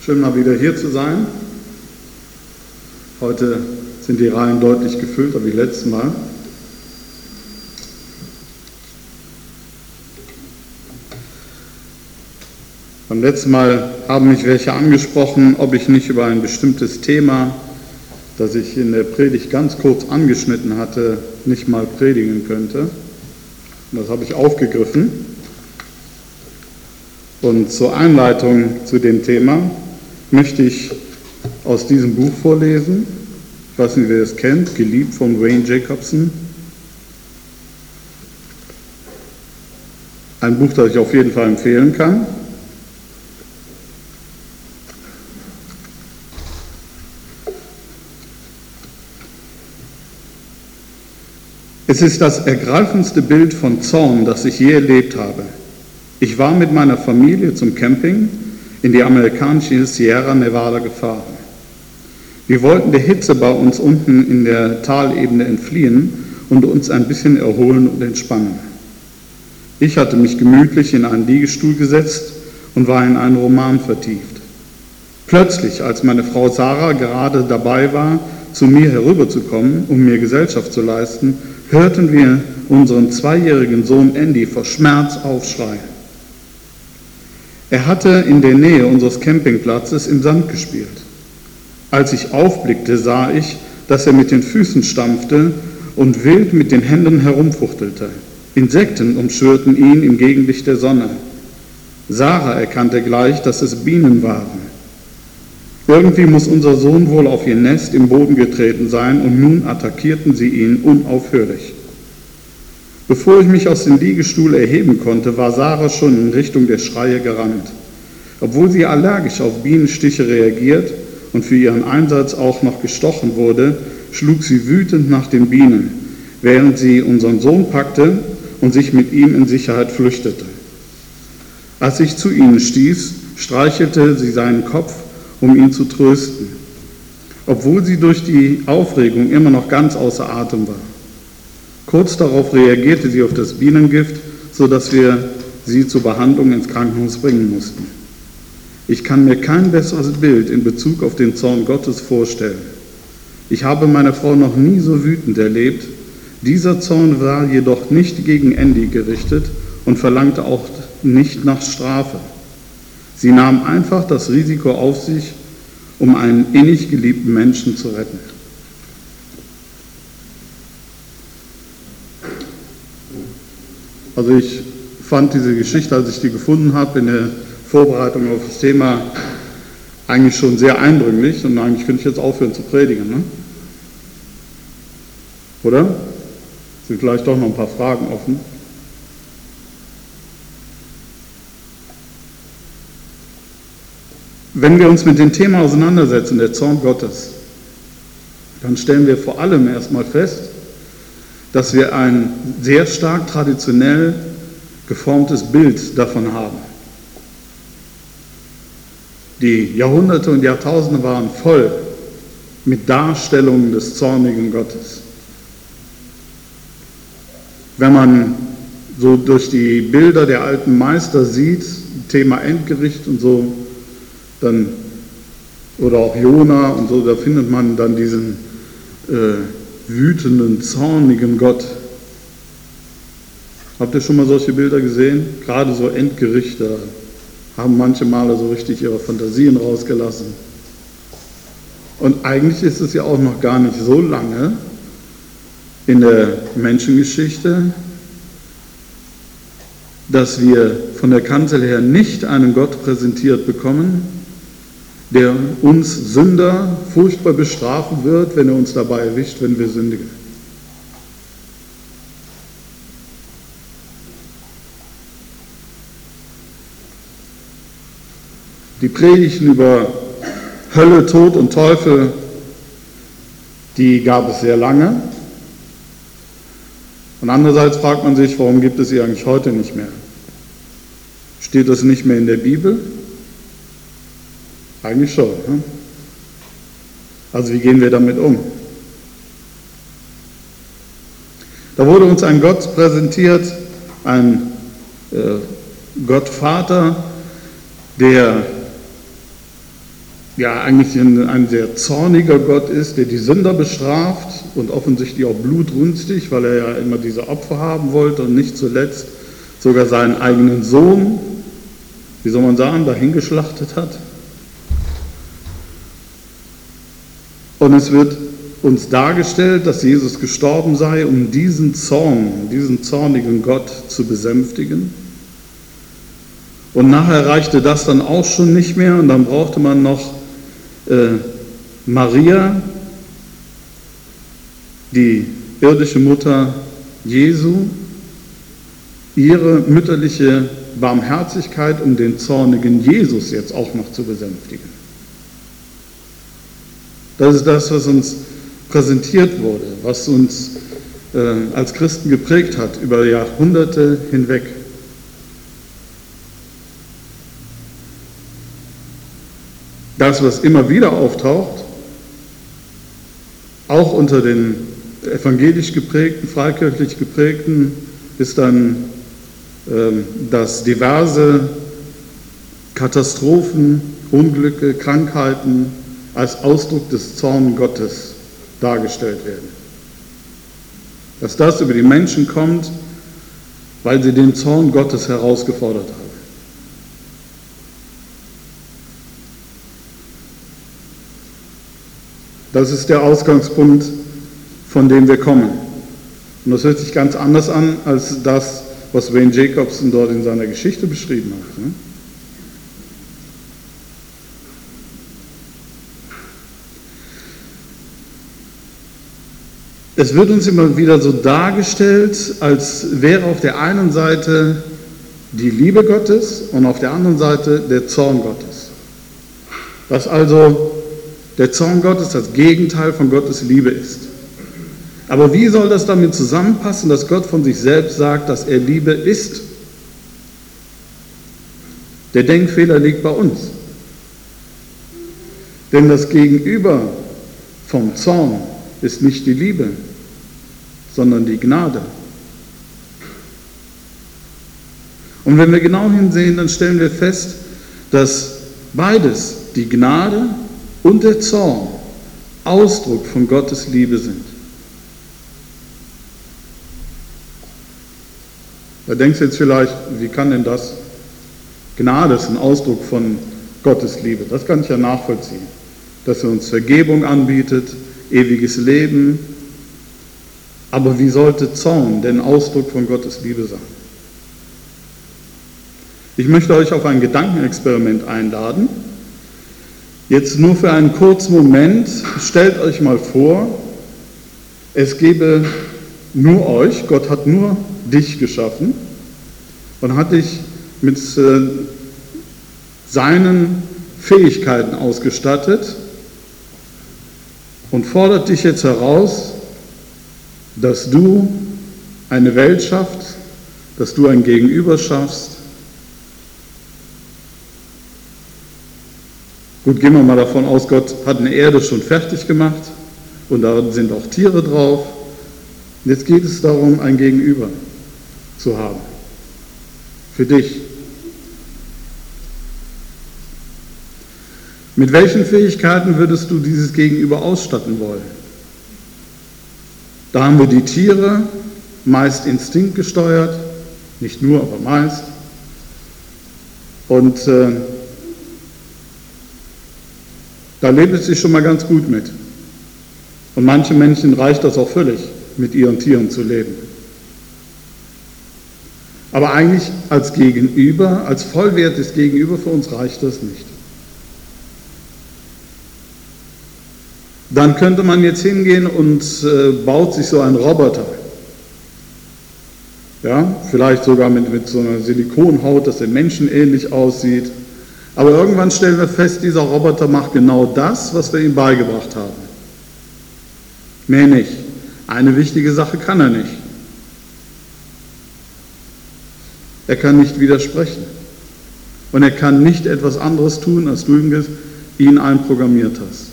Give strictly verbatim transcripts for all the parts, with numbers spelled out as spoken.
Schön mal wieder hier zu sein. Heute sind die Reihen deutlich gefüllter wie letztes Mal. Beim letzten Mal haben mich welche angesprochen, ob ich nicht über ein bestimmtes Thema, das ich in der Predigt ganz kurz angeschnitten hatte, nicht mal predigen könnte. Und das habe ich aufgegriffen. Und zur Einleitung zu dem Thema möchte ich aus diesem Buch vorlesen. Ich weiß nicht, wer es kennt, Geliebt von Wayne Jacobson. Ein Buch, das ich auf jeden Fall empfehlen kann. Es ist das ergreifendste Bild von Zorn, das ich je erlebt habe. Ich war mit meiner Familie zum Camping in die amerikanische Sierra Nevada gefahren. Wir wollten der Hitze bei uns unten in der Talebene entfliehen und uns ein bisschen erholen und entspannen. Ich hatte mich gemütlich in einen Liegestuhl gesetzt und war in einen Roman vertieft. Plötzlich, als meine Frau Sarah gerade dabei war, zu mir herüberzukommen, um mir Gesellschaft zu leisten, hörten wir unseren zweijährigen Sohn Andy vor Schmerz aufschreien. Er hatte in der Nähe unseres Campingplatzes im Sand gespielt. Als ich aufblickte, sah ich, dass er mit den Füßen stampfte und wild mit den Händen herumfuchtelte. Insekten umschwirrten ihn im Gegenlicht der Sonne. Sarah erkannte gleich, dass es Bienen waren. Irgendwie muss unser Sohn wohl auf ihr Nest im Boden getreten sein und nun attackierten sie ihn unaufhörlich. Bevor ich mich aus dem Liegestuhl erheben konnte, war Sarah schon in Richtung der Schreie gerannt. Obwohl sie allergisch auf Bienenstiche reagiert und für ihren Einsatz auch noch gestochen wurde, schlug sie wütend nach den Bienen, während sie unseren Sohn packte und sich mit ihm in Sicherheit flüchtete. Als ich zu ihnen stieß, streichelte sie seinen Kopf, um ihn zu trösten, obwohl sie durch die Aufregung immer noch ganz außer Atem war. Kurz darauf reagierte sie auf das Bienengift, sodass wir sie zur Behandlung ins Krankenhaus bringen mussten. Ich kann mir kein besseres Bild in Bezug auf den Zorn Gottes vorstellen. Ich habe meine Frau noch nie so wütend erlebt. Dieser Zorn war jedoch nicht gegen Andy gerichtet und verlangte auch nicht nach Strafe. Sie nahm einfach das Risiko auf sich, um einen innig geliebten Menschen zu retten. Also ich fand diese Geschichte, als ich die gefunden habe, in der Vorbereitung auf das Thema eigentlich schon sehr eindrücklich und eigentlich könnte ich jetzt aufhören zu predigen, ne? Oder? Sind vielleicht doch noch ein paar Fragen offen. Wenn wir uns mit dem Thema auseinandersetzen, der Zorn Gottes, dann stellen wir vor allem erstmal fest, dass wir ein sehr stark traditionell geformtes Bild davon haben. Die Jahrhunderte und Jahrtausende waren voll mit Darstellungen des zornigen Gottes. Wenn man so durch die Bilder der alten Meister sieht, Thema Endgericht und so, dann, oder auch Jona und so, da findet man dann diesen äh, wütenden, zornigen Gott. Habt ihr schon mal solche Bilder gesehen? Gerade so Endgerichte haben manche Maler so richtig ihre Fantasien rausgelassen. Und eigentlich ist es ja auch noch gar nicht so lange in der Menschengeschichte, dass wir von der Kanzel her nicht einen Gott präsentiert bekommen, der uns Sünder furchtbar bestrafen wird, wenn er uns dabei erwischt, wenn wir sündigen. Die Predigten über Hölle, Tod und Teufel, die gab es sehr lange. Und andererseits fragt man sich, warum gibt es sie eigentlich heute nicht mehr? Steht das nicht mehr in der Bibel? Eigentlich schon. Ne? Also wie gehen wir damit um? Da wurde uns ein Gott präsentiert, ein äh, Gott Vater, der ja eigentlich ein, ein sehr zorniger Gott ist, der die Sünder bestraft und offensichtlich auch blutrünstig, weil er ja immer diese Opfer haben wollte und nicht zuletzt sogar seinen eigenen Sohn, wie soll man sagen, dahingeschlachtet hat. Und es wird uns dargestellt, dass Jesus gestorben sei, um diesen Zorn, diesen zornigen Gott zu besänftigen. Und nachher reichte das dann auch schon nicht mehr und dann brauchte man noch äh, Maria, die irdische Mutter Jesu, ihre mütterliche Barmherzigkeit, um den zornigen Jesus jetzt auch noch zu besänftigen. Das ist das, was uns präsentiert wurde, was uns äh, als Christen geprägt hat über Jahrhunderte hinweg. Das, was immer wieder auftaucht, auch unter den evangelisch geprägten, freikirchlich geprägten, ist dann, äh, dass diverse Katastrophen, Unglücke, Krankheiten als Ausdruck des Zorns Gottes dargestellt werden. Dass das über die Menschen kommt, weil sie den Zorn Gottes herausgefordert haben. Das ist der Ausgangspunkt, von dem wir kommen. Und das hört sich ganz anders an, als das, was Wayne Jacobson dort in seiner Geschichte beschrieben hat. Es wird uns immer wieder so dargestellt, als wäre auf der einen Seite die Liebe Gottes und auf der anderen Seite der Zorn Gottes. Dass also der Zorn Gottes das Gegenteil von Gottes Liebe ist. Aber wie soll das damit zusammenpassen, dass Gott von sich selbst sagt, dass er Liebe ist? Der Denkfehler liegt bei uns. Denn das Gegenüber vom Zorn ist nicht die Liebe, sondern die Gnade. Und wenn wir genau hinsehen, dann stellen wir fest, dass beides, die Gnade und der Zorn, Ausdruck von Gottes Liebe sind. Da denkst du jetzt vielleicht, wie kann denn das? Gnade ist ein Ausdruck von Gottes Liebe. Das kann ich ja nachvollziehen. Dass er uns Vergebung anbietet, ewiges Leben. Aber wie sollte Zorn denn Ausdruck von Gottes Liebe sein? Ich möchte euch auf ein Gedankenexperiment einladen. Jetzt nur für einen kurzen Moment, stellt euch mal vor, es gäbe nur euch, Gott hat nur dich geschaffen und hat dich mit äh, seinen Fähigkeiten ausgestattet und fordert dich jetzt heraus, dass du eine Welt schaffst, dass du ein Gegenüber schaffst. Gut, gehen wir mal davon aus, Gott hat eine Erde schon fertig gemacht und da sind auch Tiere drauf. Und jetzt geht es darum, ein Gegenüber zu haben. Für dich. Mit welchen Fähigkeiten würdest du dieses Gegenüber ausstatten wollen? Da haben wir die Tiere, meist instinktgesteuert, nicht nur, aber meist. Und äh, da lebt es sich schon mal ganz gut mit. Und manchen Menschen reicht das auch völlig, mit ihren Tieren zu leben. Aber eigentlich als Gegenüber, als vollwertiges Gegenüber für uns reicht das nicht. Dann könnte man jetzt hingehen und äh, baut sich so einen Roboter. Ja, vielleicht sogar mit, mit so einer Silikonhaut, dass der menschenähnlich aussieht. Aber irgendwann stellen wir fest, dieser Roboter macht genau das, was wir ihm beigebracht haben. Mehr nicht. Eine wichtige Sache kann er nicht. Er kann nicht widersprechen. Und er kann nicht etwas anderes tun, als du ihn einprogrammiert hast.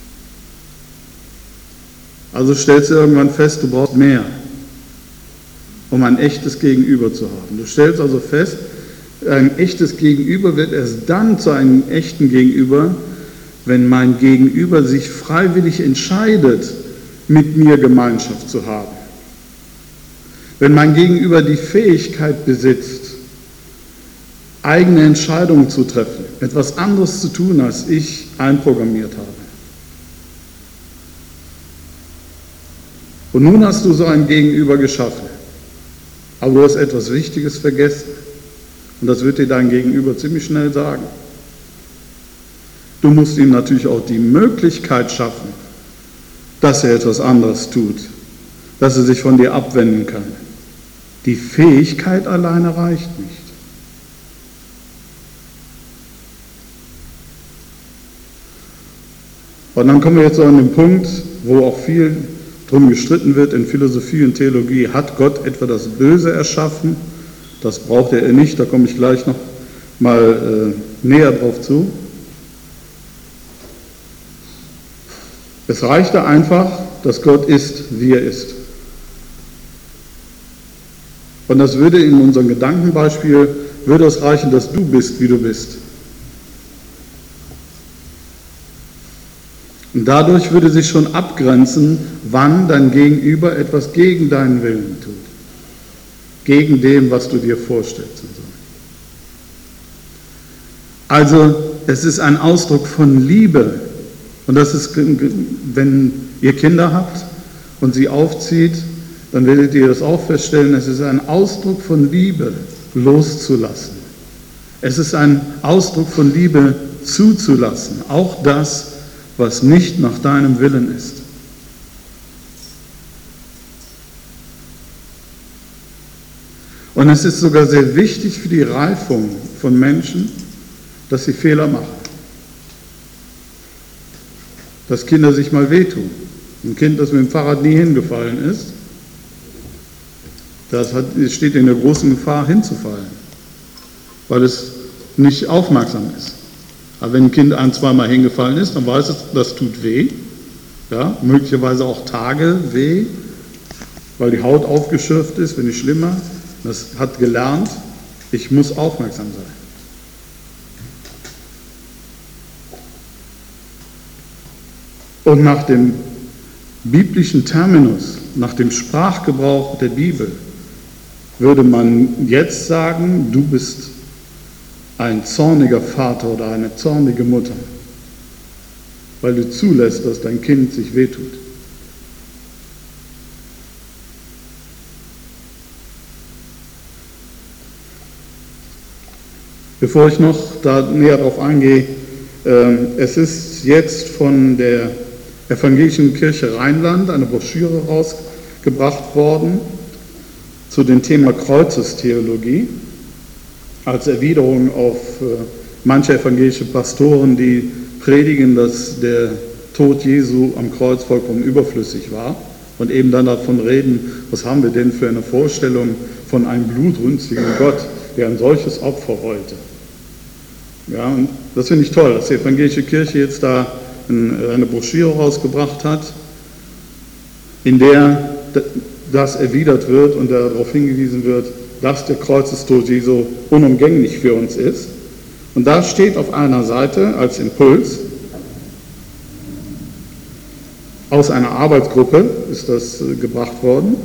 Also stellst du irgendwann fest, du brauchst mehr, um ein echtes Gegenüber zu haben. Du stellst also fest, ein echtes Gegenüber wird erst dann zu einem echten Gegenüber, wenn mein Gegenüber sich freiwillig entscheidet, mit mir Gemeinschaft zu haben. Wenn mein Gegenüber die Fähigkeit besitzt, eigene Entscheidungen zu treffen, etwas anderes zu tun, als ich einprogrammiert habe. Und nun hast du so ein Gegenüber geschaffen, aber du hast etwas Wichtiges vergessen. Und das wird dir dein Gegenüber ziemlich schnell sagen. Du musst ihm natürlich auch die Möglichkeit schaffen, dass er etwas anderes tut, dass er sich von dir abwenden kann. Die Fähigkeit alleine reicht nicht. Und dann kommen wir jetzt so an den Punkt, wo auch viel drum gestritten wird in Philosophie und Theologie. Hat Gott etwa das Böse erschaffen? Das braucht er nicht, da komme ich gleich noch mal äh, näher drauf zu. Es reichte einfach, dass Gott ist, wie er ist. Und das würde in unserem Gedankenbeispiel, würde es reichen, dass du bist, wie du bist. Und dadurch würde sich schon abgrenzen, wann dein Gegenüber etwas gegen deinen Willen tut. Gegen dem, was du dir vorstellst. Und so. Also, es ist ein Ausdruck von Liebe. Und das ist, wenn ihr Kinder habt und sie aufzieht, dann werdet ihr das auch feststellen, es ist ein Ausdruck von Liebe, loszulassen. Es ist ein Ausdruck von Liebe, zuzulassen. Auch das, was nicht nach deinem Willen ist. Und es ist sogar sehr wichtig für die Reifung von Menschen, dass sie Fehler machen. Dass Kinder sich mal wehtun. Ein Kind, das mit dem Fahrrad nie hingefallen ist, das hat, steht in der großen Gefahr hinzufallen, weil es nicht aufmerksam ist. Aber wenn ein Kind ein-, zweimal hingefallen ist, dann weiß es, das tut weh, ja, möglicherweise auch Tage weh, weil die Haut aufgeschürft ist, wenn nicht schlimmer. Das hat gelernt, ich muss aufmerksam sein. Und nach dem biblischen Terminus, nach dem Sprachgebrauch der Bibel, würde man jetzt sagen, du bist ein zorniger Vater oder eine zornige Mutter, weil du zulässt, dass dein Kind sich wehtut. Bevor ich noch da näher darauf eingehe, äh, es ist jetzt von der Evangelischen Kirche Rheinland eine Broschüre rausgebracht worden zu dem Thema Kreuzestheologie, als Erwiderung auf äh, manche evangelische Pastoren, die predigen, dass der Tod Jesu am Kreuz vollkommen überflüssig war und eben dann davon reden, was haben wir denn für eine Vorstellung von einem blutrünstigen Gott, der ein solches Opfer wollte. Ja, und das finde ich toll, dass die evangelische Kirche jetzt da eine Broschüre rausgebracht hat, in der das erwidert wird und darauf hingewiesen wird, dass der Kreuzestod Jesu unumgänglich für uns ist. Und da steht auf einer Seite als Impuls, aus einer Arbeitsgruppe ist das gebracht worden.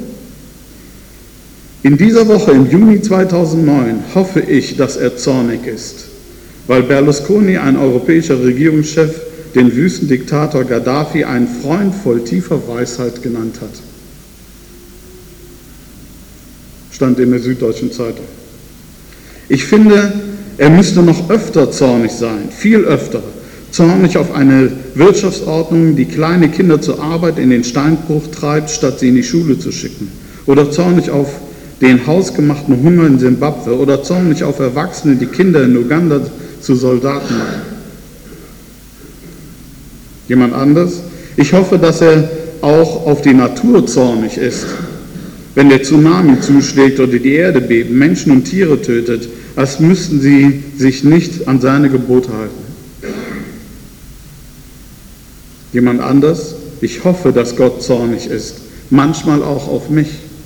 In dieser Woche, im Juni zweitausendneun, hoffe ich, dass er zornig ist, weil Berlusconi, ein europäischer Regierungschef, den Wüstendiktator Gaddafi einen Freund voll tiefer Weisheit genannt hat. Stand in der Süddeutschen Zeitung. Ich finde, er müsste noch öfter zornig sein, viel öfter. Zornig auf eine Wirtschaftsordnung, die kleine Kinder zur Arbeit in den Steinbruch treibt, statt sie in die Schule zu schicken. Oder zornig auf den hausgemachten Hunger in Simbabwe. Oder zornig auf Erwachsene, die Kinder in Uganda zu Soldaten machen. Jemand anders? Ich hoffe, dass er auch auf die Natur zornig ist. Wenn der Tsunami zuschlägt oder die Erde bebt, Menschen und Tiere tötet, als müssten sie sich nicht an seine Gebote halten. Jemand anders? Ich hoffe, dass Gott zornig ist, manchmal auch auf mich.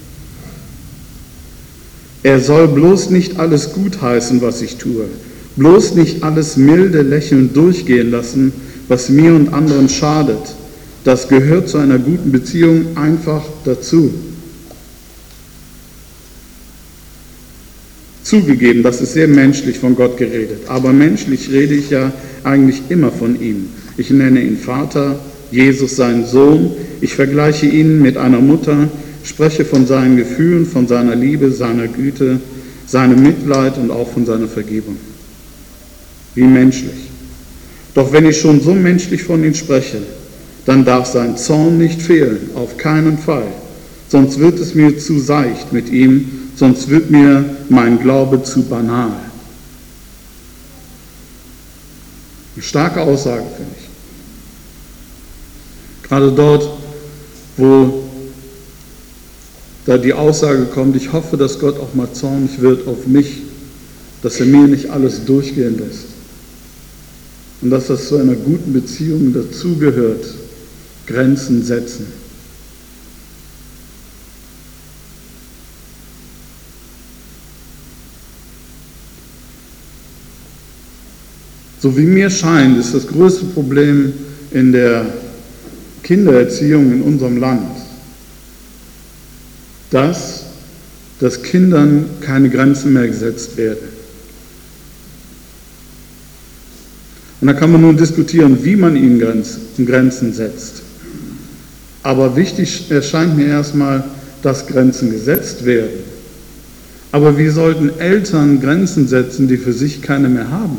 Er soll bloß nicht alles gutheißen, was ich tue, bloß nicht alles milde lächelnd durchgehen lassen, was mir und anderen schadet. Das gehört zu einer guten Beziehung einfach dazu. Zugegeben, das ist sehr menschlich von Gott geredet, aber menschlich rede ich ja eigentlich immer von ihm. Ich nenne ihn Vater, Jesus seinen Sohn, ich vergleiche ihn mit einer Mutter, spreche von seinen Gefühlen, von seiner Liebe, seiner Güte, seinem Mitleid und auch von seiner Vergebung. Wie menschlich. Doch wenn ich schon so menschlich von ihm spreche, dann darf sein Zorn nicht fehlen, auf keinen Fall. Sonst wird es mir zu seicht mit ihm, sonst wird mir mein Glaube zu banal. Eine starke Aussage, finde ich. Gerade dort, wo da die Aussage kommt, ich hoffe, dass Gott auch mal zornig wird auf mich, dass er mir nicht alles durchgehen lässt. Und dass das zu einer guten Beziehung dazugehört, Grenzen setzen. So wie mir scheint, ist das größte Problem in der Kindererziehung in unserem Land, dass, dass Kindern keine Grenzen mehr gesetzt werden. Und da kann man nun diskutieren, wie man ihnen Grenzen setzt. Aber wichtig erscheint mir erstmal, dass Grenzen gesetzt werden. Aber wie sollten Eltern Grenzen setzen, die für sich keine mehr haben?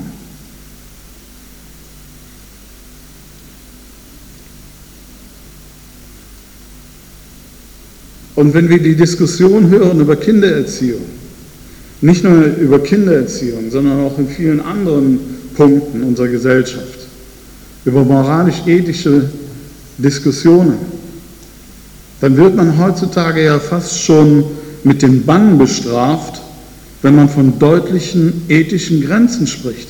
Und wenn wir die Diskussion hören über Kindererziehung, nicht nur über Kindererziehung, sondern auch in vielen anderen Punkten unserer Gesellschaft, über moralisch-ethische Diskussionen, dann wird man heutzutage ja fast schon mit dem Bann bestraft, wenn man von deutlichen ethischen Grenzen spricht.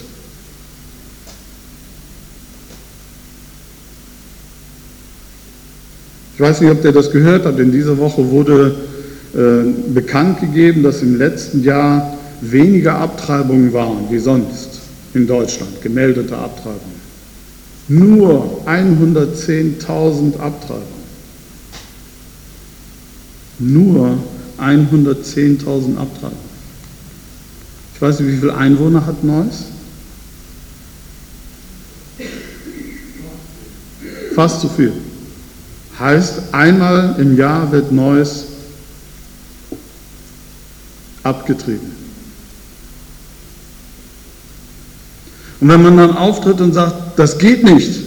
Ich weiß nicht, ob ihr das gehört habt, in dieser Woche wurde äh, bekannt gegeben, dass im letzten Jahr weniger Abtreibungen waren wie sonst in Deutschland, gemeldete Abtreibungen. Nur hundertzehntausend Abtreibungen. Nur hundertzehntausend Abtreibungen. Ich weiß nicht, wie viele Einwohner hat Neuss? Fast zu viel. Heißt, einmal im Jahr wird Neuss abgetrieben. Und wenn man dann auftritt und sagt, das geht nicht,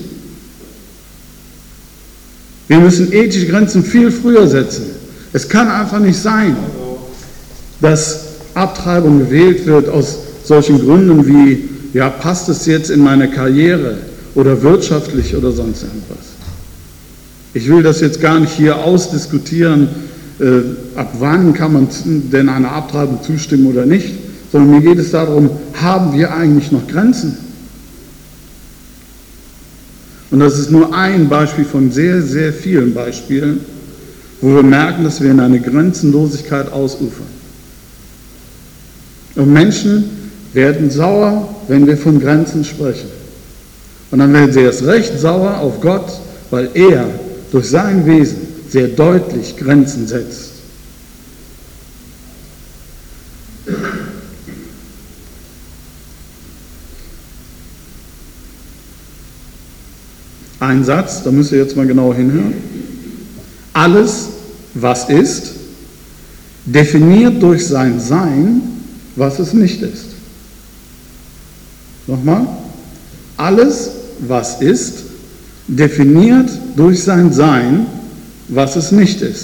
wir müssen ethische Grenzen viel früher setzen. Es kann einfach nicht sein, dass Abtreibung gewählt wird aus solchen Gründen wie, ja, passt es jetzt in meine Karriere oder wirtschaftlich oder sonst irgendwas. Ich will das jetzt gar nicht hier ausdiskutieren, äh, ab wann kann man denn einer Abtreibung zustimmen oder nicht, sondern mir geht es darum, haben wir eigentlich noch Grenzen? Und das ist nur ein Beispiel von sehr, sehr vielen Beispielen, wo wir merken, dass wir in eine Grenzenlosigkeit ausufern. Und Menschen werden sauer, wenn wir von Grenzen sprechen. Und dann werden sie erst recht sauer auf Gott, weil er durch sein Wesen sehr deutlich Grenzen setzt. Ein Satz, da müsst ihr jetzt mal genau hinhören. Alles, was ist, definiert durch sein Sein, was es nicht ist. Nochmal. Alles, was ist, definiert durch sein Sein, was es nicht ist.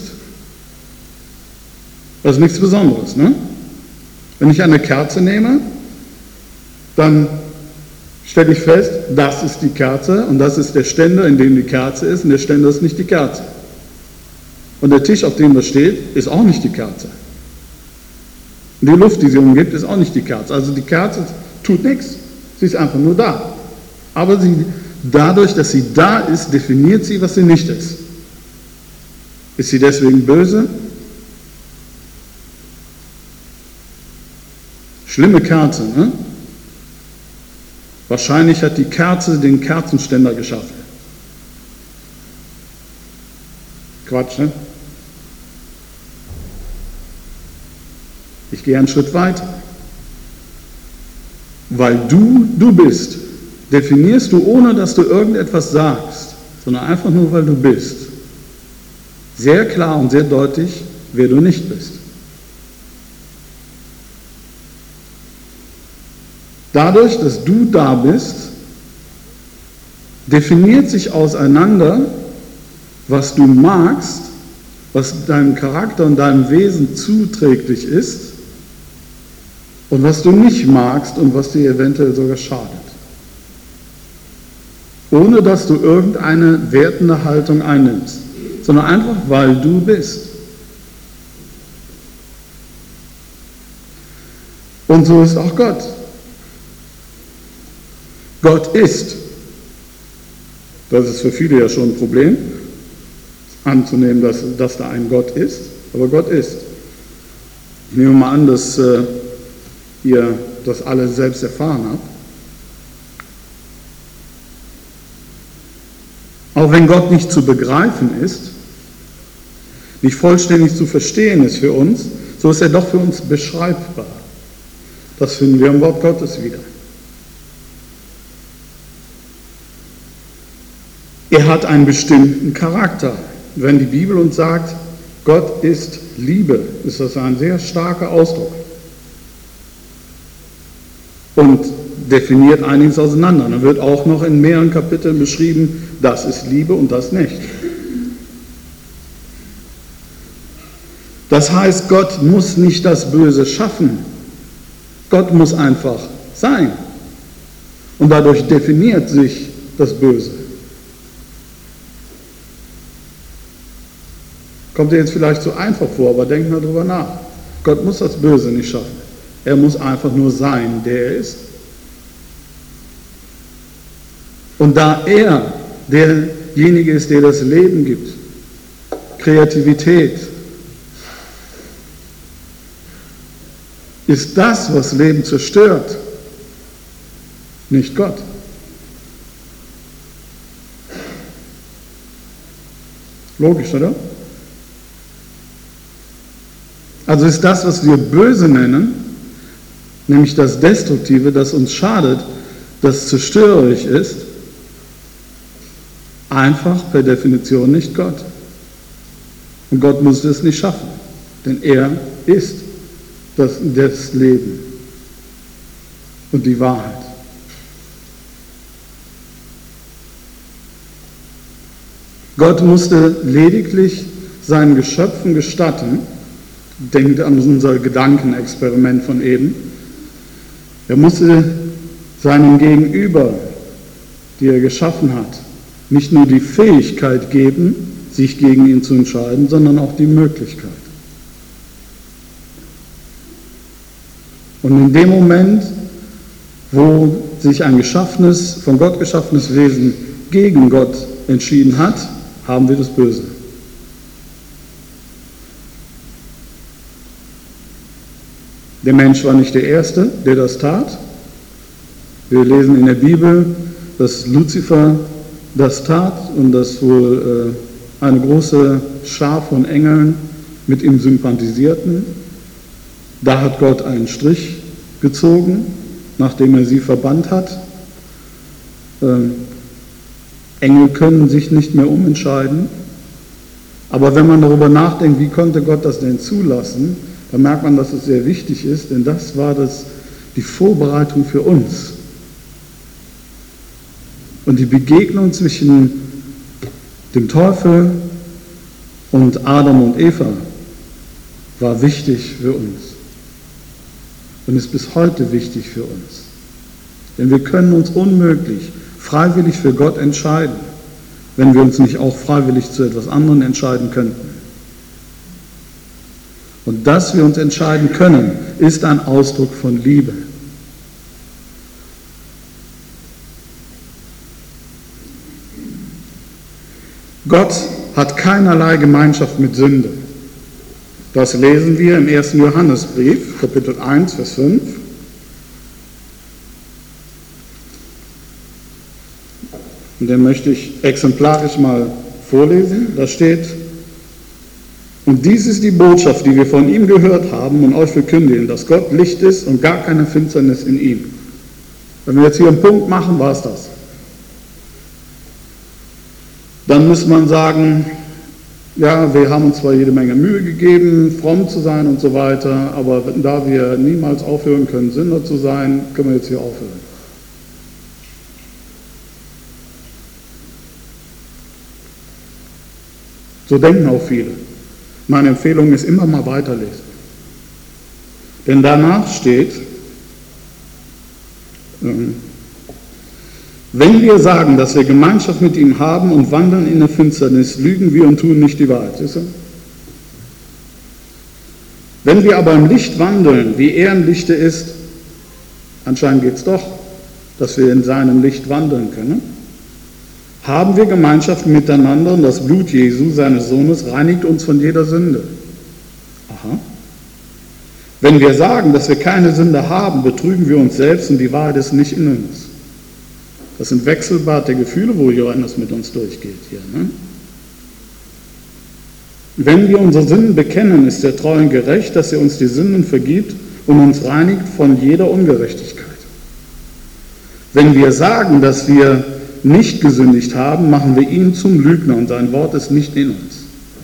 Das ist nichts Besonderes, ne? Wenn ich eine Kerze nehme, dann stelle ich fest, das ist die Kerze und das ist der Ständer, in dem die Kerze ist, und der Ständer ist nicht die Kerze. Und der Tisch, auf dem das steht, ist auch nicht die Kerze. Und die Luft, die sie umgibt, ist auch nicht die Kerze. Also die Kerze tut nichts, sie ist einfach nur da. Aber sie, dadurch, dass sie da ist, definiert sie, was sie nicht ist. Ist sie deswegen böse? Schlimme Kerze, ne? Wahrscheinlich hat die Kerze den Kerzenständer geschaffen. Quatsch, ne? Ich gehe einen Schritt weiter. Weil du, du bist, definierst du, ohne dass du irgendetwas sagst, sondern einfach nur, weil du bist, sehr klar und sehr deutlich, wer du nicht bist. Dadurch, dass du da bist, definiert sich auseinander, was du magst, was deinem Charakter und deinem Wesen zuträglich ist und was du nicht magst und was dir eventuell sogar schadet. Ohne dass du irgendeine wertende Haltung einnimmst, sondern einfach, weil du bist. Und so ist auch Gott. Gott ist. Das ist für viele ja schon ein Problem, anzunehmen, dass, dass da ein Gott ist, aber Gott ist. Ich nehme mal an, dass äh, ihr das alle selbst erfahren habt. Auch wenn Gott nicht zu begreifen ist, nicht vollständig zu verstehen ist für uns, so ist er doch für uns beschreibbar. Das finden wir im Wort Gottes wieder. Er hat einen bestimmten Charakter. Wenn die Bibel uns sagt, Gott ist Liebe, ist das ein sehr starker Ausdruck. Und definiert einiges auseinander. Dann wird auch noch in mehreren Kapiteln beschrieben, das ist Liebe und das nicht. Das heißt, Gott muss nicht das Böse schaffen. Gott muss einfach sein. Und dadurch definiert sich das Böse. Kommt dir jetzt vielleicht zu einfach vor, aber denk mal drüber nach. Gott muss das Böse nicht schaffen. Er muss einfach nur sein, der er ist. Und da er derjenige ist, der das Leben gibt, Kreativität, ist das, was Leben zerstört, nicht Gott. Logisch, oder? Also ist das, was wir böse nennen, nämlich das Destruktive, das uns schadet, das zerstörerisch ist, einfach per Definition nicht Gott. Und Gott muss es nicht schaffen, denn er ist das, das Leben und die Wahrheit. Gott musste lediglich seinen Geschöpfen gestatten, denkt an unser Gedankenexperiment von eben, er musste seinem Gegenüber, die er geschaffen hat, nicht nur die Fähigkeit geben, sich gegen ihn zu entscheiden, sondern auch die Möglichkeit. Und in dem Moment, wo sich ein geschaffenes, von Gott geschaffenes Wesen gegen Gott entschieden hat, haben wir das Böse. Der Mensch war nicht der Erste, der das tat. Wir lesen in der Bibel, dass Luzifer das tat und dass wohl äh, eine große Schar von Engeln mit ihm sympathisierten. Da hat Gott einen Strich gezogen, nachdem er sie verbannt hat. Ähm, Engel können sich nicht mehr umentscheiden. Aber wenn man darüber nachdenkt, wie konnte Gott das denn zulassen, dann merkt man, dass es sehr wichtig ist, denn das war das, die Vorbereitung für uns. Und die Begegnung zwischen dem Teufel und Adam und Eva war wichtig für uns und ist bis heute wichtig für uns. Denn wir können uns unmöglich freiwillig für Gott entscheiden, wenn wir uns nicht auch freiwillig zu etwas anderem entscheiden könnten. Und dass wir uns entscheiden können, ist ein Ausdruck von Liebe. Gott hat keinerlei Gemeinschaft mit Sünde. Das lesen wir im ersten Johannesbrief, Kapitel eins, Vers fünf. Und den möchte ich exemplarisch mal vorlesen. Da steht: Und dies ist die Botschaft, die wir von ihm gehört haben und euch verkündigen, dass Gott Licht ist und gar keine Finsternis in ihm. Wenn wir jetzt hier einen Punkt machen, war es das. Dann muss man sagen, ja, wir haben uns zwar jede Menge Mühe gegeben, fromm zu sein und so weiter, aber da wir niemals aufhören können, Sünder zu sein, können wir jetzt hier aufhören. So denken auch viele. Meine Empfehlung ist immer mal weiterlesen. Denn danach steht, ähm, wenn wir sagen, dass wir Gemeinschaft mit ihm haben und wandeln in der Finsternis, lügen wir und tun nicht die Wahrheit. Siehst du? Wenn wir aber im Licht wandeln, wie er im Lichte ist, anscheinend geht es doch, dass wir in seinem Licht wandeln können, haben wir Gemeinschaft miteinander und das Blut Jesu, seines Sohnes, reinigt uns von jeder Sünde. Aha. Wenn wir sagen, dass wir keine Sünde haben, betrügen wir uns selbst und die Wahrheit ist nicht in uns. Das sind Wechselbad der Gefühle, wo Johannes mit uns durchgeht hier. Ne? Wenn wir unsere Sünden bekennen, ist er treu und gerecht, dass er uns die Sünden vergibt und uns reinigt von jeder Ungerechtigkeit. Wenn wir sagen, dass wir nicht gesündigt haben, machen wir ihn zum Lügner und sein Wort ist nicht in uns.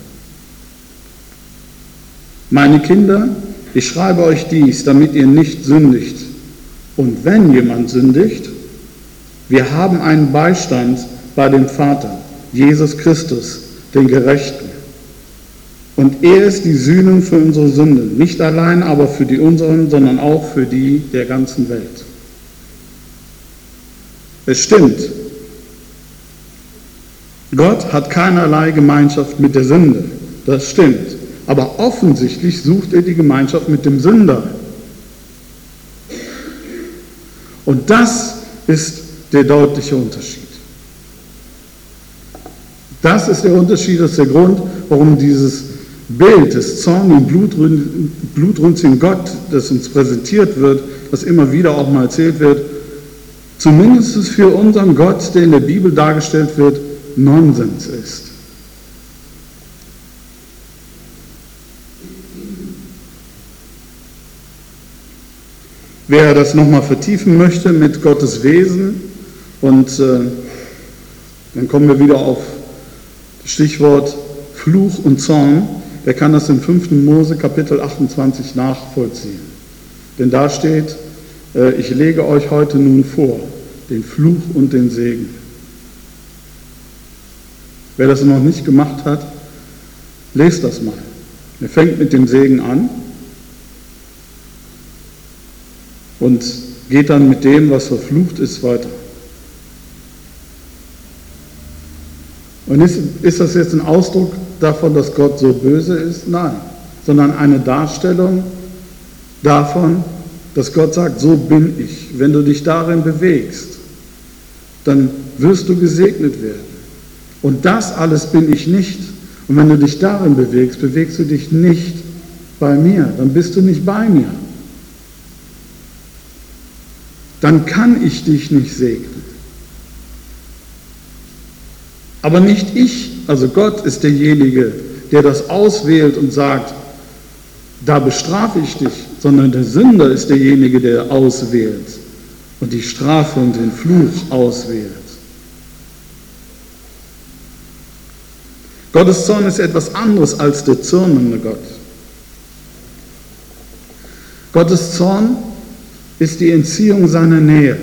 Meine Kinder, ich schreibe euch dies, damit ihr nicht sündigt. Und wenn jemand sündigt, wir haben einen Beistand bei dem Vater, Jesus Christus, den Gerechten. Und er ist die Sühnung für unsere Sünden, nicht allein aber für die unseren, sondern auch für die der ganzen Welt. Es stimmt, Gott hat keinerlei Gemeinschaft mit der Sünde, das stimmt. Aber offensichtlich sucht er die Gemeinschaft mit dem Sünder. Und das ist der deutliche Unterschied. Das ist der Unterschied, das ist der Grund, warum dieses Bild des zornigen, blutrünstigen Gott, das uns präsentiert wird, das immer wieder auch mal erzählt wird, zumindest für unseren Gott, der in der Bibel dargestellt wird, Nonsens ist. Wer das nochmal vertiefen möchte mit Gottes Wesen, und äh, dann kommen wir wieder auf das Stichwort Fluch und Zorn, der kann das im fünften Mose Kapitel achtundzwanzig nachvollziehen. Denn da steht, äh, ich lege euch heute nun vor, den Fluch und den Segen. Wer das noch nicht gemacht hat, lest das mal. Er fängt mit dem Segen an und geht dann mit dem, was verflucht ist, weiter. Und ist, ist das jetzt ein Ausdruck davon, dass Gott so böse ist? Nein, sondern eine Darstellung davon, dass Gott sagt, so bin ich. Wenn du dich darin bewegst, dann wirst du gesegnet werden. Und das alles bin ich nicht. Und wenn du dich darin bewegst, bewegst du dich nicht bei mir. Dann bist du nicht bei mir. Dann kann ich dich nicht segnen. Aber nicht ich, also Gott ist derjenige, der das auswählt und sagt, da bestrafe ich dich, sondern der Sünder ist derjenige, der auswählt und die Strafe und den Fluch auswählt. Gottes Zorn ist etwas anderes als der zürnende Gott. Gottes Zorn ist die Entziehung seiner Nähe.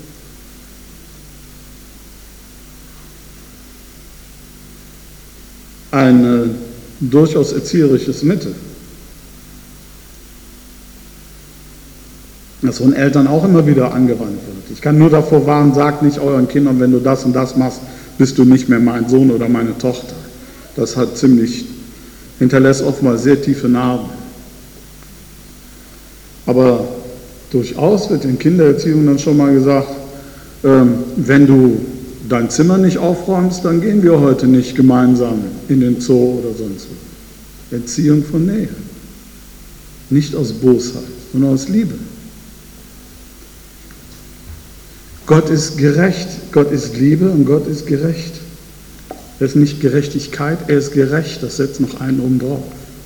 Ein durchaus erzieherisches Mittel, das von Eltern auch immer wieder angewandt wird. Ich kann nur davor warnen, sagt nicht euren Kindern, wenn du das und das machst, bist du nicht mehr mein Sohn oder meine Tochter. Das hat ziemlich, hinterlässt oftmals sehr tiefe Narben. Aber durchaus wird in Kindererziehung dann schon mal gesagt, ähm, wenn du dein Zimmer nicht aufräumst, dann gehen wir heute nicht gemeinsam in den Zoo oder sonst wo. Erziehung von Nähe. Nicht aus Bosheit, sondern aus Liebe. Gott ist gerecht, Gott ist Liebe und Gott ist gerecht. Er ist nicht Gerechtigkeit, er ist gerecht, das setzt noch einen oben drauf.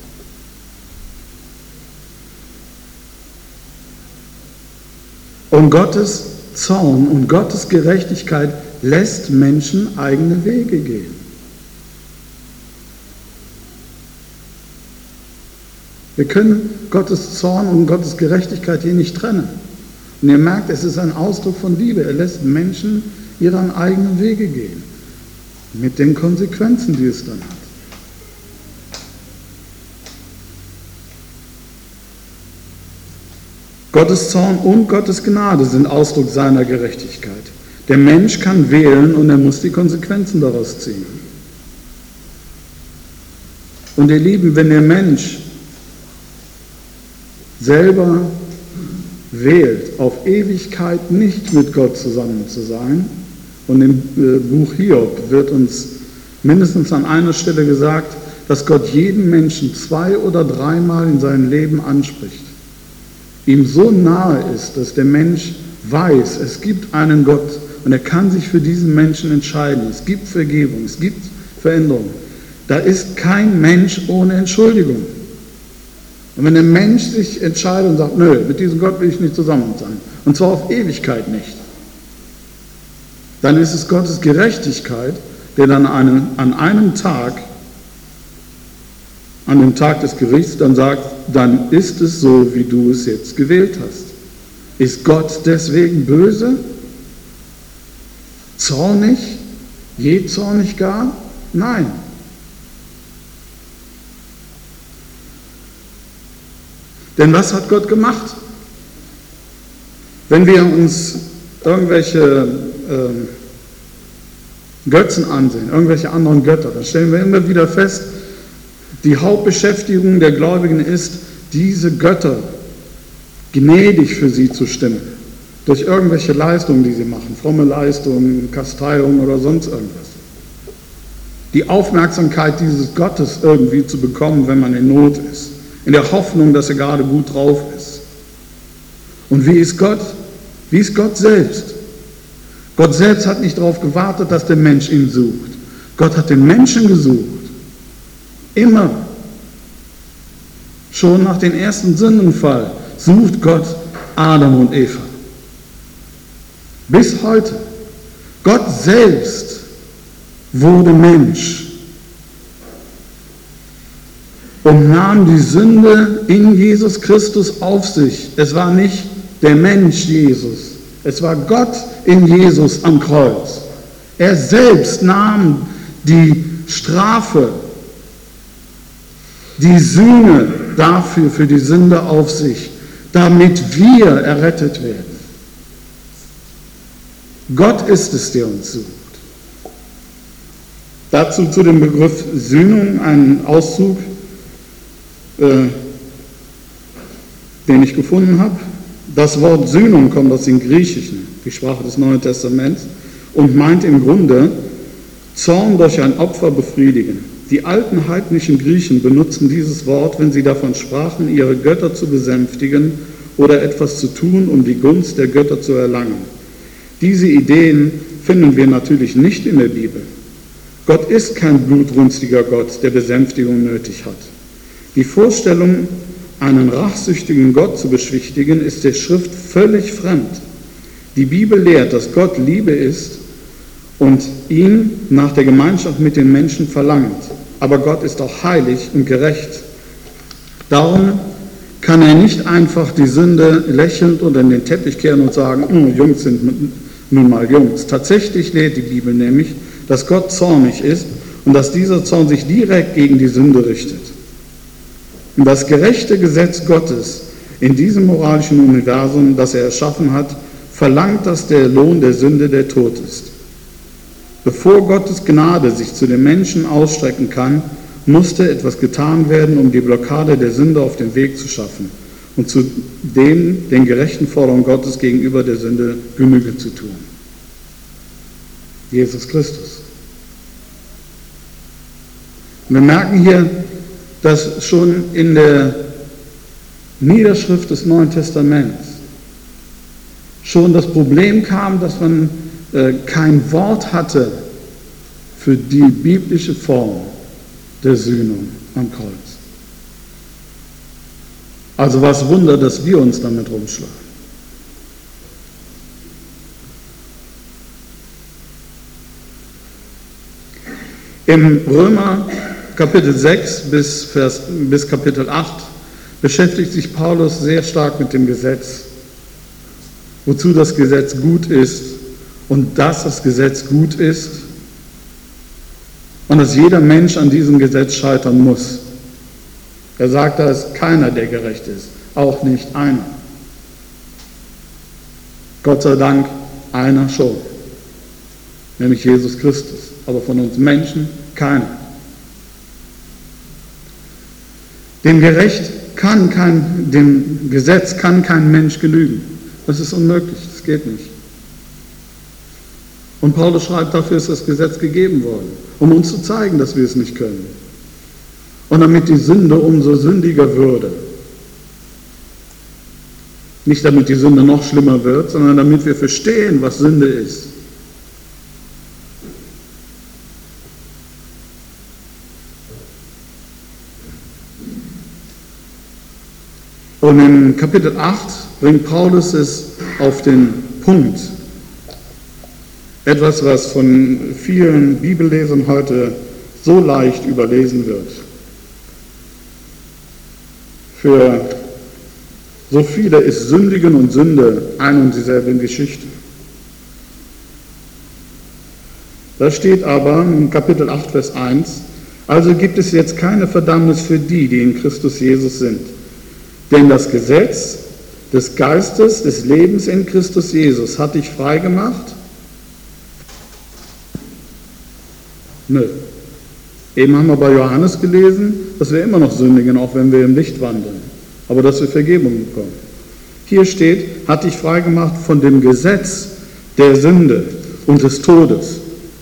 Und Gottes Zorn und Gottes Gerechtigkeit lässt Menschen eigene Wege gehen. Wir können Gottes Zorn und Gottes Gerechtigkeit hier nicht trennen. Und ihr merkt, es ist ein Ausdruck von Liebe. Er lässt Menschen ihren eigenen Wege gehen. Mit den Konsequenzen, die es dann hat. Gottes Zorn und Gottes Gnade sind Ausdruck seiner Gerechtigkeit. Der Mensch kann wählen und er muss die Konsequenzen daraus ziehen. Und ihr Lieben, wenn der Mensch selber wählt, auf Ewigkeit nicht mit Gott zusammen zu sein, und im Buch Hiob wird uns mindestens an einer Stelle gesagt, dass Gott jeden Menschen zwei oder dreimal in seinem Leben anspricht, ihm so nahe ist, dass der Mensch weiß, es gibt einen Gott und er kann sich für diesen Menschen entscheiden. Es gibt Vergebung, es gibt Veränderung. Da ist kein Mensch ohne Entschuldigung. Und wenn der Mensch sich entscheidet und sagt, nö, mit diesem Gott will ich nicht zusammen sein, und zwar auf Ewigkeit nicht, dann ist es Gottes Gerechtigkeit, der dann einen, an einem Tag, an dem Tag des Gerichts, dann sagt, dann ist es so, wie du es jetzt gewählt hast. Ist Gott deswegen böse? Zornig? Je zornig gar? Nein. Denn was hat Gott gemacht? Wenn wir uns irgendwelche ähm, Götzen ansehen, irgendwelche anderen Götter, dann stellen wir immer wieder fest, die Hauptbeschäftigung der Gläubigen ist, diese Götter gnädig für sie zu stimmen. Durch irgendwelche Leistungen, die sie machen, fromme Leistungen, Kasteiung oder sonst irgendwas. Die Aufmerksamkeit dieses Gottes irgendwie zu bekommen, wenn man in Not ist. In der Hoffnung, dass er gerade gut drauf ist. Und wie ist Gott? Wie ist Gott selbst? Gott selbst hat nicht darauf gewartet, dass der Mensch ihn sucht. Gott hat den Menschen gesucht. Immer. Schon nach dem ersten Sündenfall sucht Gott Adam und Eva. Bis heute. Gott selbst wurde Mensch und nahm die Sünde in Jesus Christus auf sich. Es war nicht der Mensch Jesus, es war Gott in Jesus am Kreuz. Er selbst nahm die Strafe, die Sühne dafür, für die Sünde auf sich, damit wir errettet werden. Gott ist es, der uns sucht. Dazu zu dem Begriff Sühnung einen Auszug, äh, den ich gefunden habe. Das Wort Sühnung kommt aus dem Griechischen, die Sprache des Neuen Testaments, und meint im Grunde Zorn durch ein Opfer befriedigen. Die alten heidnischen Griechen benutzten dieses Wort, wenn sie davon sprachen, ihre Götter zu besänftigen oder etwas zu tun, um die Gunst der Götter zu erlangen. Diese Ideen finden wir natürlich nicht in der Bibel. Gott ist kein blutrünstiger Gott, der Besänftigung nötig hat. Die Vorstellung, einen rachsüchtigen Gott zu beschwichtigen, ist der Schrift völlig fremd. Die Bibel lehrt, dass Gott Liebe ist und ihn nach der Gemeinschaft mit den Menschen verlangt. Aber Gott ist auch heilig und gerecht. Darum kann er nicht einfach die Sünde lächelnd unter den Teppich kehren und sagen, oh, Jungs sind nun mal Jungs. Tatsächlich lehrt die Bibel nämlich, dass Gott zornig ist und dass dieser Zorn sich direkt gegen die Sünde richtet. Und das gerechte Gesetz Gottes in diesem moralischen Universum, das er erschaffen hat, verlangt, dass der Lohn der Sünde der Tod ist. Bevor Gottes Gnade sich zu den Menschen ausstrecken kann, musste etwas getan werden, um die Blockade der Sünde auf den Weg zu schaffen und zu dem, den gerechten Forderungen Gottes gegenüber der Sünde Genüge zu tun. Jesus Christus. Wir merken hier, dass schon in der Niederschrift des Neuen Testaments schon das Problem kam, dass man äh, kein Wort hatte für die biblische Form der Sühnung am Kreuz. Also was Wunder, dass wir uns damit rumschlagen. Im Römer Kapitel sechs bis, Vers, bis Kapitel acht beschäftigt sich Paulus sehr stark mit dem Gesetz, wozu das Gesetz gut ist und dass das Gesetz gut ist und dass jeder Mensch an diesem Gesetz scheitern muss. Er sagt, da ist keiner, der gerecht ist, auch nicht einer. Gott sei Dank einer schon, nämlich Jesus Christus, aber von uns Menschen keiner. Dem Gerecht kann kein, dem Gesetz kann kein Mensch genügen. Das ist unmöglich, das geht nicht. Und Paulus schreibt, dafür ist das Gesetz gegeben worden, um uns zu zeigen, dass wir es nicht können. Und damit die Sünde umso sündiger würde. Nicht damit die Sünde noch schlimmer wird, sondern damit wir verstehen, was Sünde ist. Und in Kapitel acht bringt Paulus es auf den Punkt. Etwas, was von vielen Bibellesern heute so leicht überlesen wird. Für so viele ist Sündigen und Sünde ein und dieselbe Geschichte. Da steht aber in Kapitel acht, Vers eins, also gibt es jetzt keine Verdammnis für die, die in Christus Jesus sind. Denn das Gesetz des Geistes, des Lebens in Christus Jesus hat dich frei gemacht? Nö. Eben haben wir bei Johannes gelesen, dass wir immer noch sündigen, auch wenn wir im Licht wandeln, aber dass wir Vergebung bekommen. Hier steht, hat dich frei gemacht von dem Gesetz der Sünde und des Todes.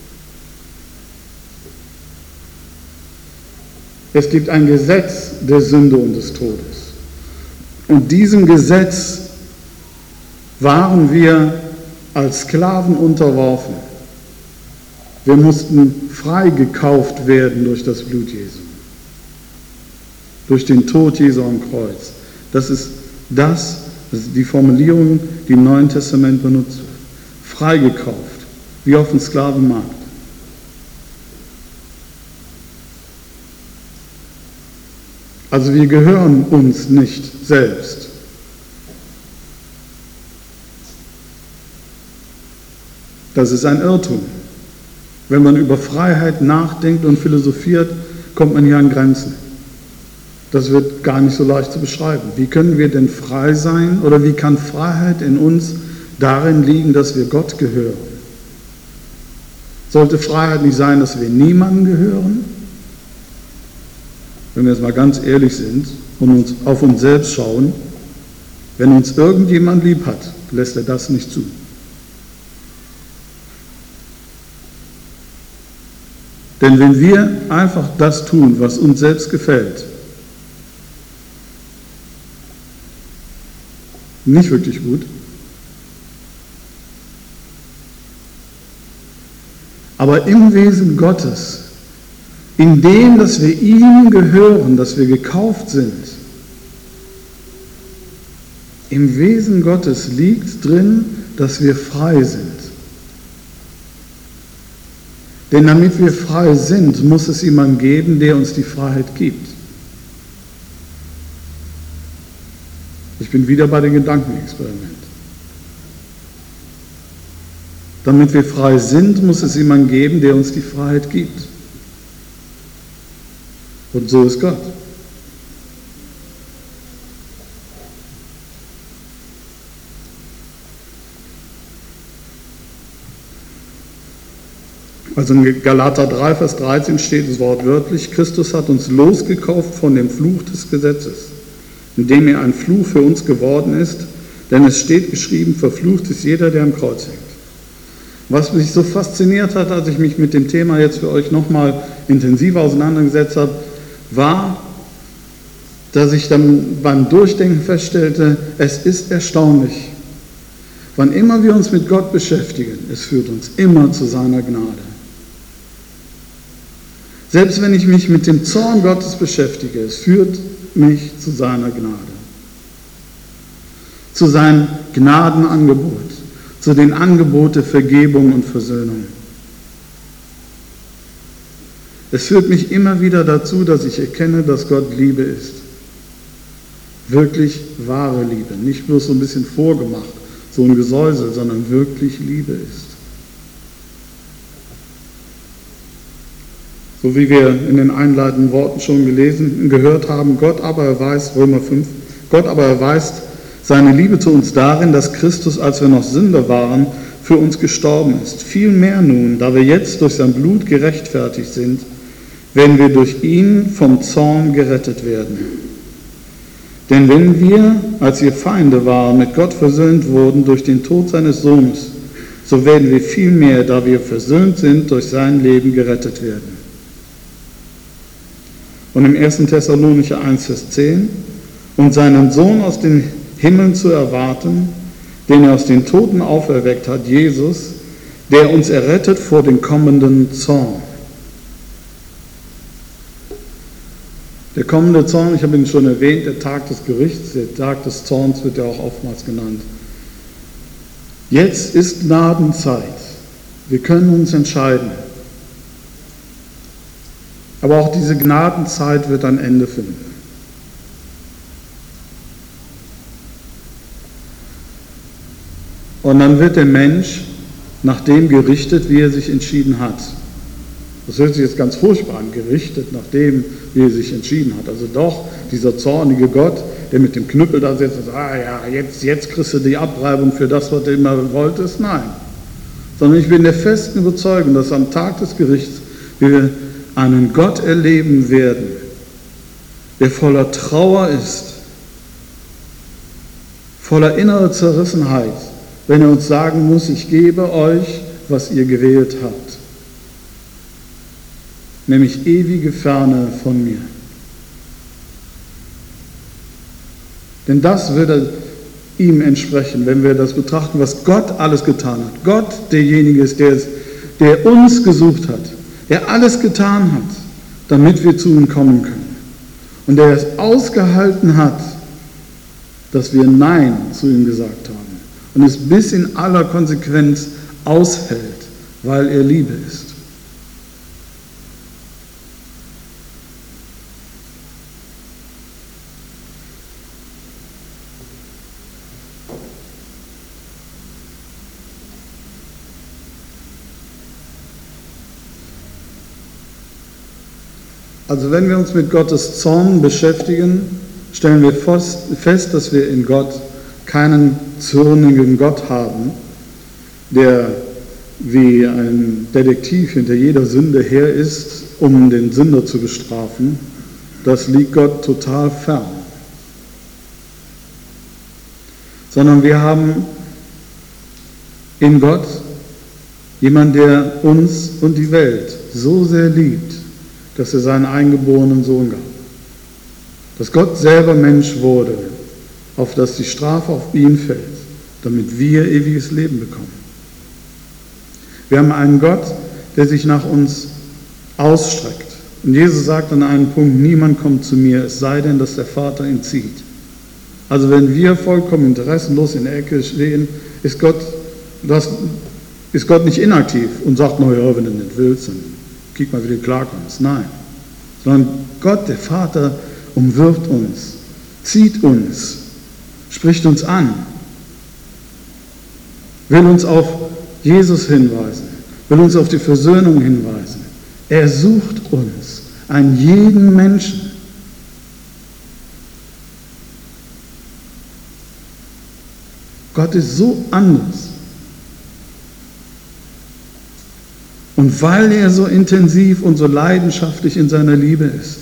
Es gibt ein Gesetz der Sünde und des Todes. Und diesem Gesetz waren wir als Sklaven unterworfen. Wir mussten freigekauft werden durch das Blut Jesu, durch den Tod Jesu am Kreuz. Das ist das, das ist die Formulierung, die im Neuen Testament benutzt wird. Freigekauft, wie auf dem Sklavenmarkt. Also wir gehören uns nicht selbst. Das ist ein Irrtum. Wenn man über Freiheit nachdenkt und philosophiert, kommt man hier an Grenzen. Das wird gar nicht so leicht zu beschreiben. Wie können wir denn frei sein oder wie kann Freiheit in uns darin liegen, dass wir Gott gehören? Sollte Freiheit nicht sein, dass wir niemandem gehören? Wenn wir jetzt mal ganz ehrlich sind und uns auf uns selbst schauen, wenn uns irgendjemand lieb hat, lässt er das nicht zu. Denn wenn wir einfach das tun, was uns selbst gefällt, nicht wirklich gut, aber im Wesen Gottes, in dem, dass wir ihm gehören, dass wir gekauft sind, im Wesen Gottes liegt drin, dass wir frei sind. Denn damit wir frei sind, muss es jemanden geben, der uns die Freiheit gibt. Ich bin wieder bei dem Gedankenexperiment. Damit wir frei sind, muss es jemanden geben, der uns die Freiheit gibt. Und so ist Gott. Also in Galater drei, Vers dreizehn steht es wortwörtlich, Christus hat uns losgekauft von dem Fluch des Gesetzes, indem er ein Fluch für uns geworden ist, denn es steht geschrieben, verflucht ist jeder, der am Kreuz hängt. Was mich so fasziniert hat, als ich mich mit dem Thema jetzt für euch nochmal intensiver auseinandergesetzt habe, war, dass ich dann beim Durchdenken feststellte, es ist erstaunlich, Wann immer wir uns mit Gott beschäftigen, es führt uns immer zu seiner Gnade. Selbst wenn ich mich mit dem Zorn Gottes beschäftige, es führt mich zu seiner Gnade. Zu seinem Gnadenangebot, zu den Angeboten der Vergebung und Versöhnung. Es führt mich immer wieder dazu, dass ich erkenne, dass Gott Liebe ist. Wirklich wahre Liebe, nicht bloß so ein bisschen vorgemacht, so ein Gesäusel, sondern wirklich Liebe ist. So wie wir in den einleitenden Worten schon gelesen und gehört haben, Gott aber erweist, Römer fünf, Gott aber erweist seine Liebe zu uns darin, dass Christus, als wir noch Sünder waren, für uns gestorben ist. Vielmehr nun, da wir jetzt durch sein Blut gerechtfertigt sind, werden wir durch ihn vom Zorn gerettet werden. Denn wenn wir, als wir Feinde waren, mit Gott versöhnt wurden durch den Tod seines Sohnes, so werden wir vielmehr, da wir versöhnt sind, durch sein Leben gerettet werden. Und im ersten Thessalonicher eins, Vers zehn, und seinen Sohn aus den Himmeln zu erwarten, den er aus den Toten auferweckt hat, Jesus, der uns errettet vor dem kommenden Zorn. Der kommende Zorn, ich habe ihn schon erwähnt, der Tag des Gerichts, der Tag des Zorns wird ja auch oftmals genannt. Jetzt ist Gnadenzeit. Wir können uns entscheiden. Aber auch diese Gnadenzeit wird ein Ende finden. Und dann wird der Mensch nach dem gerichtet, wie er sich entschieden hat. Das hört sich jetzt ganz furchtbar an, gerichtet nach dem, wie er sich entschieden hat. Also doch, dieser zornige Gott, der mit dem Knüppel da sitzt und sagt, ah ja, jetzt, jetzt kriegst du die Abreibung für das, was du immer wolltest. Nein. Sondern ich bin der festen Überzeugung, dass am Tag des Gerichts wir einen Gott erleben werden, der voller Trauer ist, voller innerer Zerrissenheit, wenn er uns sagen muss, ich gebe euch, was ihr gewählt habt. Nämlich ewige Ferne von mir. Denn das würde ihm entsprechen, wenn wir das betrachten, was Gott alles getan hat. Gott derjenige ist, der, es, der uns gesucht hat, der alles getan hat, damit wir zu ihm kommen können. Und der es ausgehalten hat, dass wir Nein zu ihm gesagt haben. Und es bis in aller Konsequenz aushält, weil er Liebe ist. Also wenn wir uns mit Gottes Zorn beschäftigen, stellen wir fest, dass wir in Gott keinen zornigen Gott haben, der wie ein Detektiv hinter jeder Sünde her ist, um den Sünder zu bestrafen. Das liegt Gott total fern. Sondern wir haben in Gott jemanden, der uns und die Welt so sehr liebt, dass er seinen eingeborenen Sohn gab. Dass Gott selber Mensch wurde, auf dass die Strafe auf ihn fällt, damit wir ewiges Leben bekommen. Wir haben einen Gott, der sich nach uns ausstreckt. Und Jesus sagt an einem Punkt, niemand kommt zu mir, es sei denn, dass der Vater ihn zieht. Also wenn wir vollkommen interessenlos in der Ecke stehen, ist Gott, das, ist Gott nicht inaktiv und sagt, naja, wenn du nicht willst, dann kick mal, wie du klarkommst. Nein. Sondern Gott, der Vater, umwirft uns, zieht uns, spricht uns an, will uns auf Jesus hinweisen, will uns auf die Versöhnung hinweisen. Er sucht uns, einen jeden Menschen. Gott ist so anders. Und weil er so intensiv und so leidenschaftlich in seiner Liebe ist,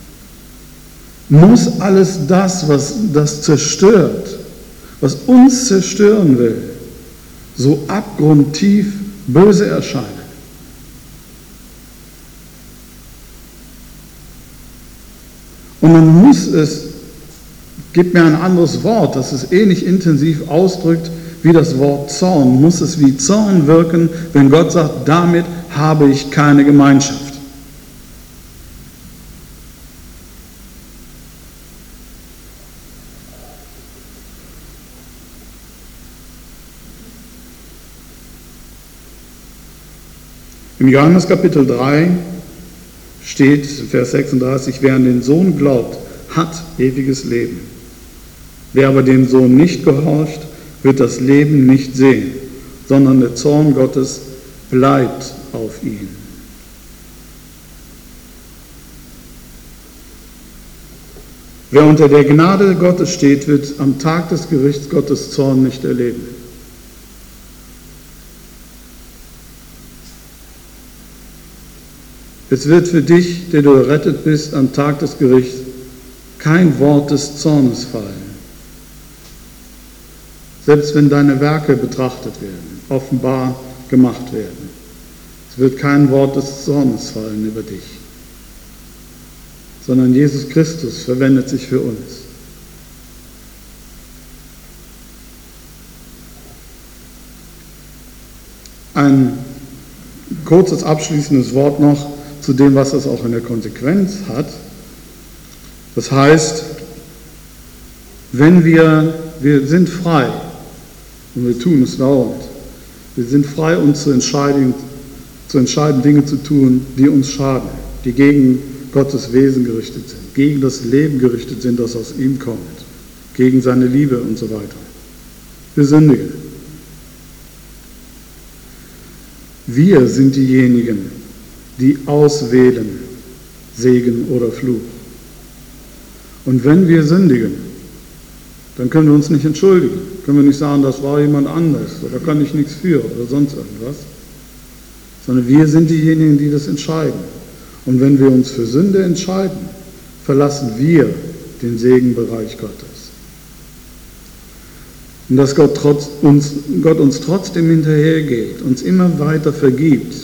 muss alles das, was das zerstört, was uns zerstören will, so abgrundtief böse erscheinen. Und man muss es, gib mir ein anderes Wort, das es ähnlich intensiv ausdrückt, wie das Wort Zorn, muss es wie Zorn wirken, wenn Gott sagt, damit habe ich keine Gemeinschaft. Im Johannes Kapitel drei steht, Vers sechsunddreißig, wer an den Sohn glaubt, hat ewiges Leben. Wer aber dem Sohn nicht gehorcht, wird das Leben nicht sehen, sondern der Zorn Gottes bleibt auf ihn. Wer unter der Gnade Gottes steht, wird am Tag des Gerichts Gottes Zorn nicht erleben. Es wird für dich, der du errettet bist, am Tag des Gerichts kein Wort des Zornes fallen. Selbst wenn deine Werke betrachtet werden, offenbar gemacht werden. Es wird kein Wort des Zornes fallen über dich, sondern Jesus Christus verwendet sich für uns. Ein kurzes abschließendes Wort noch zu dem, was es auch in der Konsequenz hat. Das heißt, wenn wir, wir sind frei, und wir tun es dauernd, wir sind frei, uns zu entscheiden, zu entscheiden, Dinge zu tun, die uns schaden, die gegen Gottes Wesen gerichtet sind, gegen das Leben gerichtet sind, das aus ihm kommt, gegen seine Liebe und so weiter. Wir sündigen. Wir sind diejenigen, die auswählen, Segen oder Fluch. Und wenn wir sündigen, dann können wir uns nicht entschuldigen, können wir nicht sagen, das war jemand anders oder kann ich nichts für oder sonst irgendwas, sondern wir sind diejenigen, die das entscheiden. Und wenn wir uns für Sünde entscheiden, verlassen wir den Segenbereich Gottes. Und dass Gott, trotz uns, Gott uns trotzdem hinterhergeht, uns immer weiter vergibt,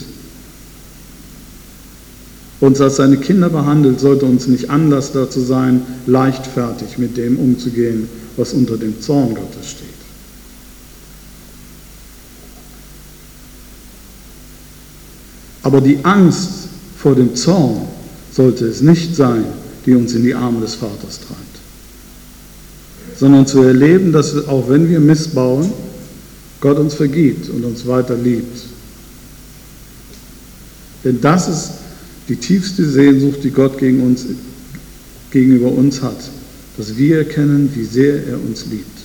uns als seine Kinder behandelt, sollte uns nicht Anlass dazu sein, leichtfertig mit dem umzugehen, was unter dem Zorn Gottes steht. Aber die Angst vor dem Zorn sollte es nicht sein, die uns in die Arme des Vaters treibt, sondern zu erleben, dass wir, auch wenn wir missbauen, Gott uns vergibt und uns weiter liebt. Denn das ist die tiefste Sehnsucht, die Gott gegen uns, gegenüber uns hat, dass wir erkennen, wie sehr er uns liebt.